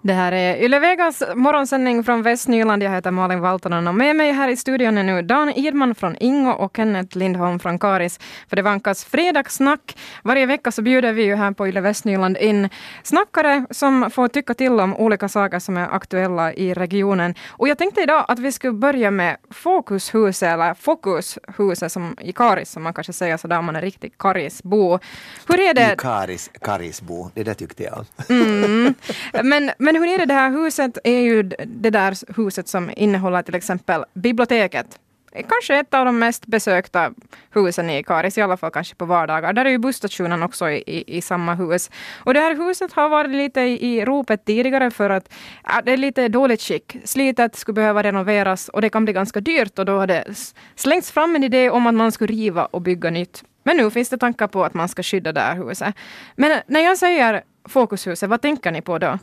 Det här är Yle Vegas morgonsändning från Västnyland. Jag heter Malin Valtonen och med mig här i studion är nu Dan Idman från Ingo och Kenneth Lindholm från Karis. För det vankas fredagssnack. Varje vecka så bjuder vi ju här på Yle Västnyland in snackare som får tycka till om olika saker som är aktuella i regionen. Och jag tänkte idag att vi skulle börja med Fokushuset eller Fokushuset som i Karis, som man kanske säger sådär om man är riktigt Karisbo. Hur är det? Karisbo, det där tyckte jag. Men hur är det här huset? Är ju det där huset som innehåller till exempel biblioteket. Kanske ett av de mest besökta husen i Karis, i alla fall kanske på vardagar. Där är ju busstationen också i samma hus. Och det här huset har varit lite i ropet tidigare för att det är lite dåligt skick. Slitet skulle behöva renoveras och det kan bli ganska dyrt. Och då har det slängts fram en idé om att man skulle riva och bygga nytt. Men nu finns det tankar på att man ska skydda det här huset. Men när jag säger Fokushuset, vad tänker ni på då?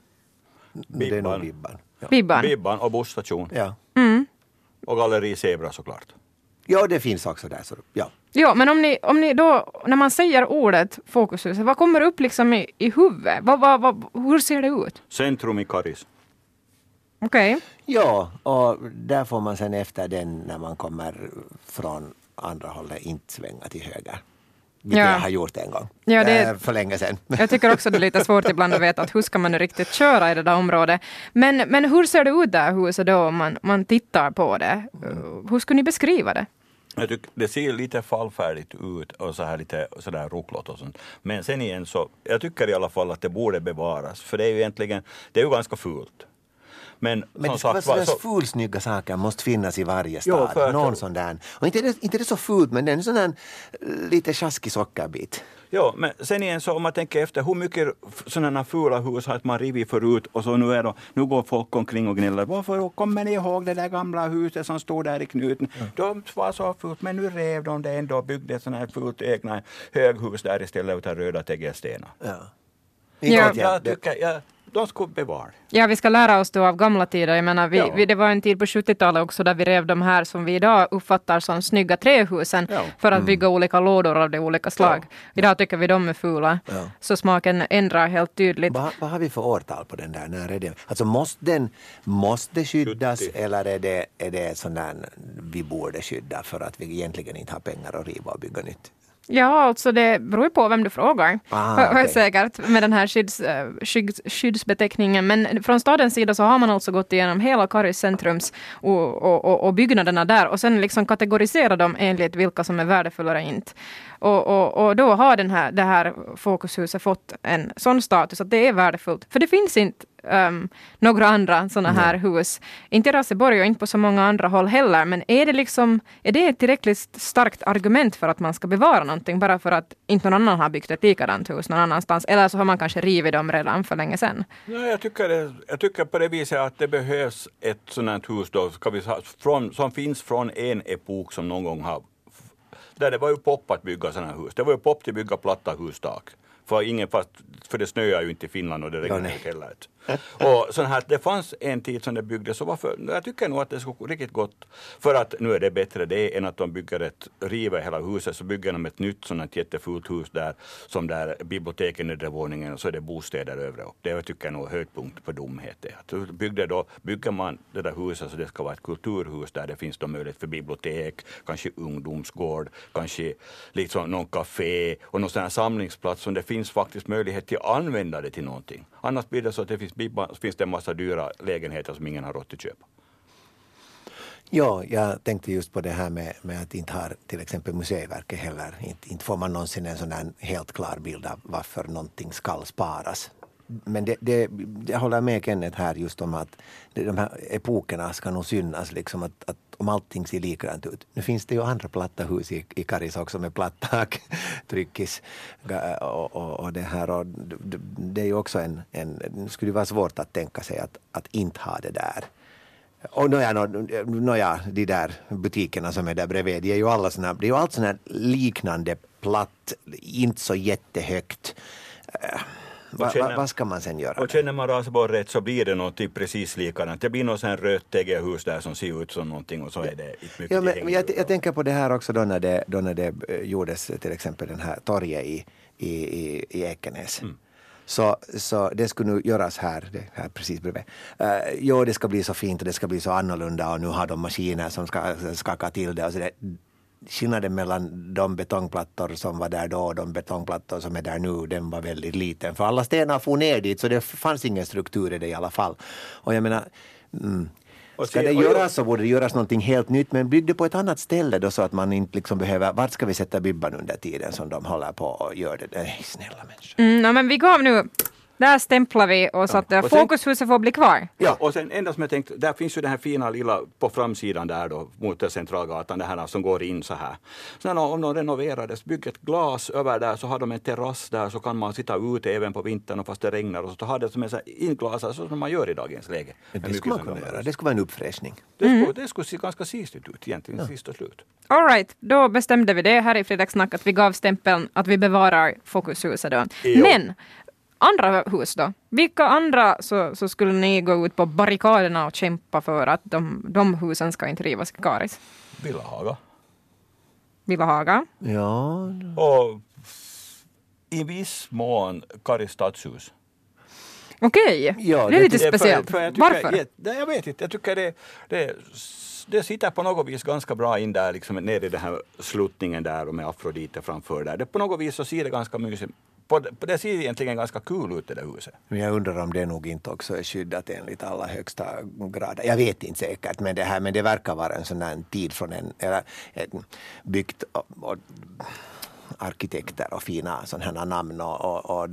Det är nog Bibban. Ja. Bibban och busstation. Ja. Och Galleri Zebra såklart. Ja, det finns också där. Så, ja. Ja, men om ni då, när man säger ordet Fokushuset, vad kommer upp liksom i huvudet? Hur ser det ut? Centrum i Karis. Okej. Ja, och där får man sen efter den när man kommer från andra hållet inte svänga till höger. Vilket jag har gjort en gång. Ja, det, för länge sedan. Jag tycker också det är lite svårt ibland att veta att hur ska man nu riktigt köra i det där området. Men hur ser det ut där huset då om man tittar på det? Hur skulle ni beskriva det? Jag tycker det ser lite fallfärdigt ut och så här lite sådär roklott och sånt. Men sen igen så, jag tycker i alla fall att det borde bevaras. För det är ju egentligen, det är ju ganska fult. Men det ska vara fulsnygga saker måste finnas i varje stad. Jo, någon sån där. Och inte det så fult, men det är en sån där lite sjaskig sockerbit. Ja, men sen igen så om man tänker efter hur mycket sådana fula hus har man rivit förut och så nu går folk omkring och gnäller. Varför kommer ni ihåg det där gamla huset som stod där i knuten? De var så fult, men nu rev de det ändå och byggde ett sådant här fult egna höghus där istället utav röda tegelstenar. Jag tycker de skulle bevara. Ja, vi ska lära oss då av gamla tider. Jag menar, det var en tid på 70-talet också där vi rev de här som vi idag uppfattar som snygga trähusen för att bygga olika lådor av de olika slag. Idag tycker vi de är fula. Ja. Så smaken ändrar helt tydligt. Vad har vi för årtal på den där? När är det? Alltså måste skyddas 70. Eller är det sån där vi borde skydda för att vi egentligen inte har pengar att riva och bygga nytt? Ja, alltså det beror på vem du frågar. Okay. Säkert med den här skyddsbeteckningen. Men från stadens sida så har man alltså gått igenom hela Karis centrums och byggnaderna där. Och sen liksom kategorisera dem enligt vilka som är värdefulla eller inte. Och då har det här Fokushuset fått en sån status att det är värdefullt. För det finns inte några andra sådana här hus. Inte i Raseborg och inte på så många andra håll heller. Men är det ett tillräckligt starkt argument för att man ska bevara någonting bara för att inte någon annan har byggt ett likadant hus någon annanstans? Eller så har man kanske rivit dem redan för länge sedan. Nej, jag tycker på det viset att det behövs ett sådant hus då, som finns från en epok som någon gång har. Där det var ju pop att bygga sådana hus. Det var ju pop att bygga platta hustak. För det snöar ju inte i Finland och det regnar inte heller. Och sån här, det fanns en tid som det byggdes och jag tycker nog att det skulle riktigt gott för att nu är det bättre det än att de river hela huset så bygger de ett nytt sånt jättefult hus där som där biblioteken är där våningen och så är det bostäder överallt. Det tycker jag nog höjdpunkt på dumhet. Bygger man det där huset så det ska vara ett kulturhus där det finns då möjlighet för bibliotek, kanske ungdomsgård, kanske liksom någon café och någon sån här samlingsplats som det finns faktiskt möjlighet till att använda det till någonting. Annars blir det så att det finns det en massa dyra lägenheter som ingen har råd att köpa. Ja, jag tänkte just på det här med att inte har till exempel Museiverket heller. Inte får man någonsin en sån här helt klar bild av varför någonting ska sparas. Men jag håller med Kenneth här just om att de här epokerna ska nog synas liksom att om allting ser likadant ut. Nu finns det ju andra platta hus i Karis också med plattak, tryckis och det här. Och det är ju också det skulle vara svårt att tänka sig att inte ha det där. Och de där butikerna som är där bredvid, det är ju alla såna, det är ju allt sån här liknande platt, inte så jättehögt. Vad ska man sen göra? Och känner man Raseborg rätt så blir det något precis likadant. Det blir något sån rött tegelhus där som ser ut som någonting och så är det inte mycket. Ja, men jag tänker på det här också då när det gjordes till exempel den här torget i Ekenäs. Så det skulle nu göras här precis bredvid. Jo, det ska bli så fint och det ska bli så annorlunda och nu har de maskiner som ska skaka till det och så det. Skillnaden mellan de betongplattor som var där då och de betongplattor som är där nu, den var väldigt liten. För alla stenar får ner dit så det fanns ingen struktur i det i alla fall. Och jag menar, ska det göras så borde det göras någonting helt nytt, men bygg det på ett annat ställe då så att man inte liksom behöver, vart ska vi sätta bibban under tiden som de håller på och gör det? Nej, snälla människor. Men vi gav nu. Där stämplar vi och så att fokushuset får bli kvar. Ja, och sen enda som jag tänkte, där finns ju den här fina lilla på framsidan där då mot Centralgatan, det här som går in så här. Sen om de renoverades, bygger ett glas över där så har de en terrass där så kan man sitta ute även på vintern och fast det regnar och så har det som en inglasad så som man gör i dagens läge. Det skulle man kunna göra, det skulle vara en uppfräschning. Det skulle se ganska sistigt ut egentligen, sist och slut. All right, då bestämde vi det här i Fredagssnack att vi gav stämpeln att vi bevarar fokushuset då. Jo. Men andra hus då? Vilka andra så skulle ni gå ut på barrikaderna och kämpa för att de husen ska inte rivas i Karis? Villahaga? Ja. Och i viss mån Karis stadshus. Okej, Ja, det är lite speciellt. För Varför? Jag vet inte, jag tycker det sitter på något vis ganska bra in där, liksom nere i den här sluttningen där och med Afrodite framför där. Det på något vis så ser det ganska mysigt. Det ser egentligen ganska kul ut det där huset. Men jag undrar om det nog inte också är skyddat enligt alla högsta grader. Jag vet inte säkert, men det verkar vara en sån här tid från en byggt och arkitekter och fina sådana här namn och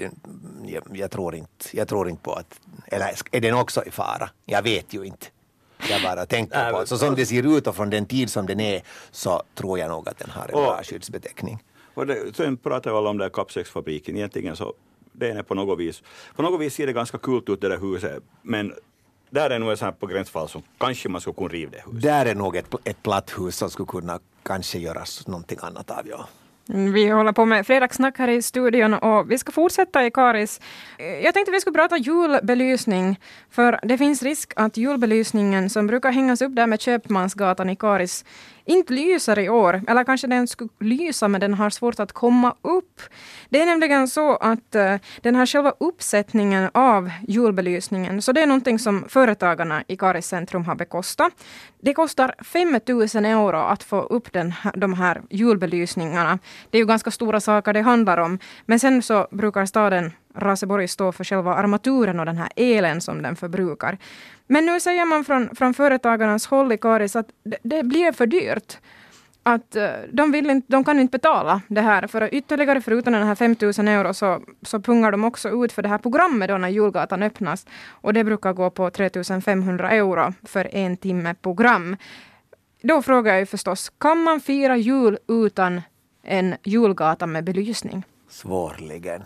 jag tror inte på att, eller är den också i fara? Jag vet ju inte. Jag bara tänker på att så som det ser ut och från den tid som den är så tror jag nog att den har en bra skyddsbeteckning. Och sen pratar jag om den där Kappsäcksfabriken. Egentligen så det är på något vis ser det ganska kul ut det där huset. Men där är nog en sån här på gränsfall som kanske man skulle kunna riva det huset. Där är nog ett platt hus som skulle kunna kanske göras någonting annat av, ja. Vi håller på med fredagssnack här i studion och vi ska fortsätta i Karis. Jag tänkte vi skulle prata julbelysning, för det finns risk att julbelysningen som brukar hängas upp där med Köpmansgatan i Karis inte lyser i år. Eller kanske den skulle lysa men den har svårt att komma upp. Det är nämligen så att den här själva uppsättningen av julbelysningen, så det är någonting som företagarna i Karis centrum har bekostat. Det kostar 5 000 euro att få upp de här julbelysningarna. Det är ju ganska stora saker det handlar om. Men sen så brukar staden Raseborg stå för själva armaturen och den här elen som den förbrukar. Men nu säger man från företagarnas håll i Karis att det blir för dyrt. Att de kan inte betala det här. För ytterligare förutom den här 5 000 euro så pungar de också ut för det här programmet då när julgatan öppnas. Och det brukar gå på 3 500 euro för 1 timme program. Då frågar jag ju förstås, kan man fira jul utan en julgata med belysning? Svårligen.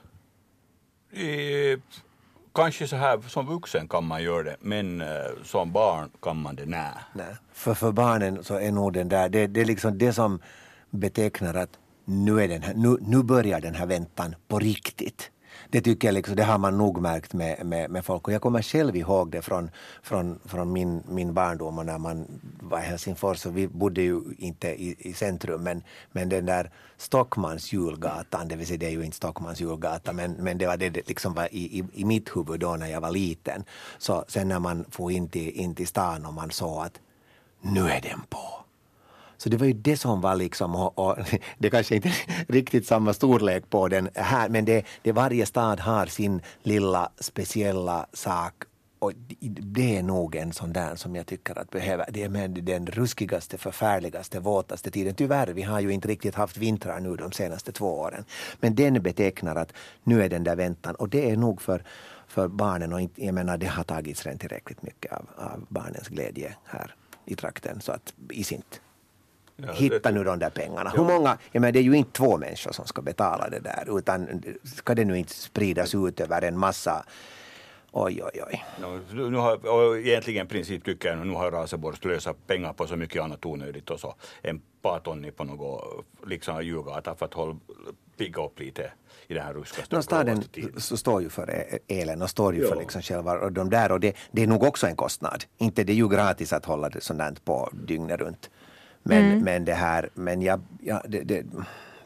Kanske så här som vuxen kan man göra det, men som barn kan man det nej. För barnen så är nog den där, det är liksom det som betecknar att nu börjar den här väntan på riktigt. Det tycker jag liksom, det har man nog märkt med folk. Och jag kommer själv ihåg det från min barndom och när man var i Helsingfors, och vi bodde ju inte i centrum, men den där Stockmans julgatan, det vill säga det är ju inte Stockmans julgata, men det var det liksom var i mitt huvud då när jag var liten. Så sen när man får in till stan och man såg att nu är den på. Så det var ju det som var liksom, och det kanske inte är riktigt samma storlek på den här, men det varje stad har sin lilla speciella sak, och det är nog en sån där som jag tycker att behöver, det är med den ruskigaste, förfärligaste, våtaste tiden. Tyvärr, vi har ju inte riktigt haft vintrar nu de senaste 2 åren, men den betecknar att nu är den där väntan, och det är nog för barnen, och jag menar det har tagits redan tillräckligt mycket av barnens glädje här i trakten, så att isint. Hitta nu de där pengarna. Hur många, jag menar, det är ju inte 2 människor som ska betala det där, utan ska det nu inte spridas ut över en massa. Oj. Nu har, och egentligen princip tycker jag nu har Raseborg slösat pengar på så mycket annat onödigt och så en par tonni på något liksom julgata för att pigga upp lite i den här ruskaste. Staden står ju för elen och står ju för liksom själva och de där, och det är nog också en kostnad. Inte det är ju gratis att hålla det sådant på dygnet runt. Men det här, men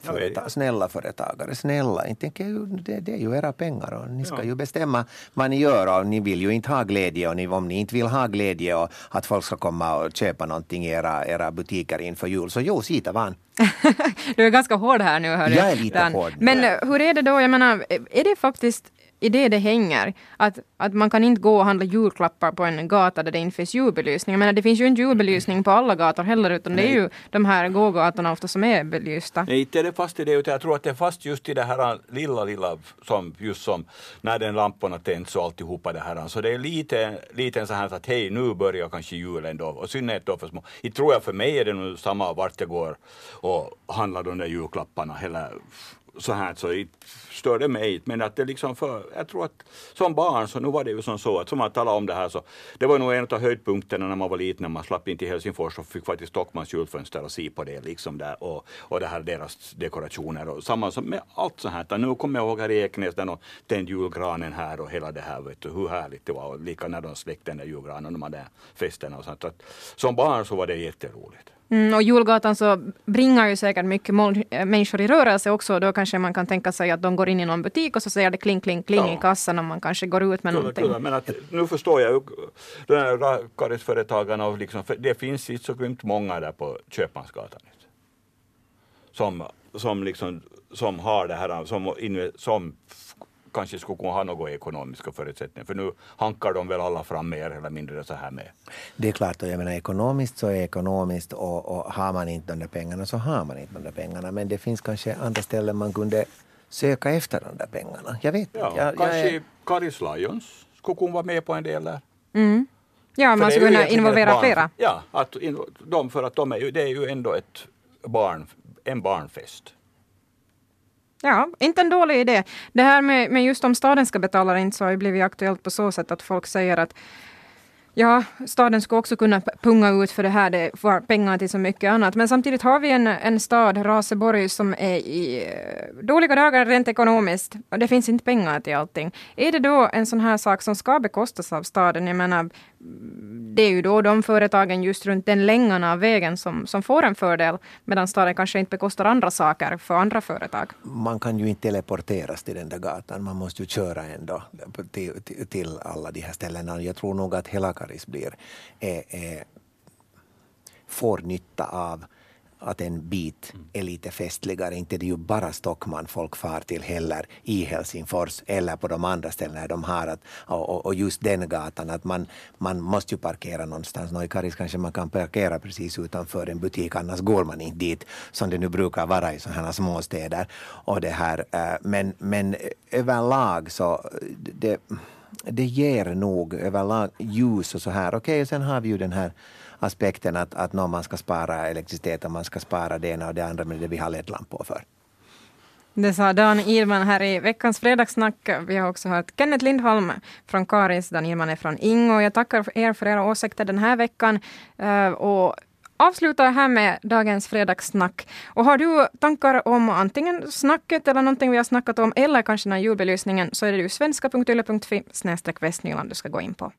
snälla företagare, snälla, inte tänker ju, det är ju era pengar och ni ska ju bestämma vad ni gör och ni vill ju inte ha glädje och om ni inte vill ha glädje och att folk ska komma och köpa någonting i era butiker inför jul, så jo, sita van. Du är ganska hård här nu, hörru. Jag är lite hård. Men hur är det då, jag menar, är det faktiskt i det hänger? Att man kan inte gå och handla julklappar på en gata där det inte finns julbelysning. Jag menar, det finns ju inte julbelysning på alla gator heller, utan det är ju de här gågatorna ofta som är belysta. Nej, inte är det fast i det, utan jag tror att det är fast just i det här lilla som när den lamporna tänds och alltihopa det här. Så det är lite så här att hej, nu börjar kanske julen då, och synnerhet då för små. Jag tror för mig är det nog samma vart jag går och handlar de där julklapparna hela så här, så det störde mig, men att det liksom jag tror att som barn så nu var det ju så att som man talade om det här, så det var nog en av höjdpunkterna när man var liten, när man slapp in till Helsingfors och fick faktiskt Stockmans julfönster och se på det liksom där och det här deras dekorationer och samma som med allt så här. Nu kommer jag ihåg här i Eknäs och den julgranen här och hela det här, vet du hur härligt det var, och lika när de släckte den där julgranen och de hade festen och sånt, att som barn så var det jätteroligt. Och julgatan så bringar ju säkert mycket människor i rörelse också. Då kanske man kan tänka sig att de går in i någon butik och så säger det kling, kling, kling i kassan och man kanske går ut med någonting. Men att, nu förstår jag ju den här rakarisföretagarna och liksom, för det finns inte så grymt många där på Köpmansgatan som har det här, som kanske skulle kunna ha några ekonomiska förutsättningar. För nu hankar de väl alla fram mer eller mindre så här med. Det är klart, och jag menar ekonomiskt så är ekonomiskt och har man inte de där pengarna så har man inte de där pengarna. Men det finns kanske andra ställen man kunde söka efter de där pengarna. Jag vet inte. Kanske Karis Lions skulle kunna vara med på en del där. Mm. Ja, man skulle kunna involvera flera. Ja, för att det är ju ändå en barnfest. Ja, inte en dålig idé. Det här med just om staden ska betala inte så har ju blivit aktuellt på så sätt att folk säger att ja, staden ska också kunna punga ut för det här, det får pengar till så mycket annat. Men samtidigt har vi en stad, Raseborg, som är i dåliga dagar rent ekonomiskt. Och det finns inte pengar till allting. Är det då en sån här sak som ska bekostas av staden? Jag menar, det är ju då de företagen just runt den längan av vägen som får en fördel, medan staden kanske inte bekostar andra saker för andra företag. Man kan ju inte teleporteras till den där gatan. Man måste ju köra ändå till alla de här ställena. Jag tror nog att hela Karis får nytta av att en bit är lite festligare. Inte det är ju bara Stockman folk far till heller i Helsingfors eller på de andra ställena de har och just den gatan att man måste ju parkera någonstans. I Karis kanske man kan parkera precis utanför en butik, annars går man inte dit som det nu brukar vara i sådana här småstäder och det här. Men överlag så det ger nog överlag ljus och så här. Okej, sen har vi ju den här aspekten att när man ska spara elektricitet och man ska spara det ena och det andra, men det vi har LED-lampor för. Det sa Dan Irman här i veckans fredagssnack. Vi har också hört Kenneth Lindholm från Karis. Dan Irman är från Ingo. Jag tackar er för era åsikter den här veckan. Och avslutar här med dagens fredagssnack. Och har du tankar om antingen snacket eller någonting vi har snackat om eller kanske den här julbelysningen, så är det ju svenska.yle.fi/Västnyland du ska gå in på.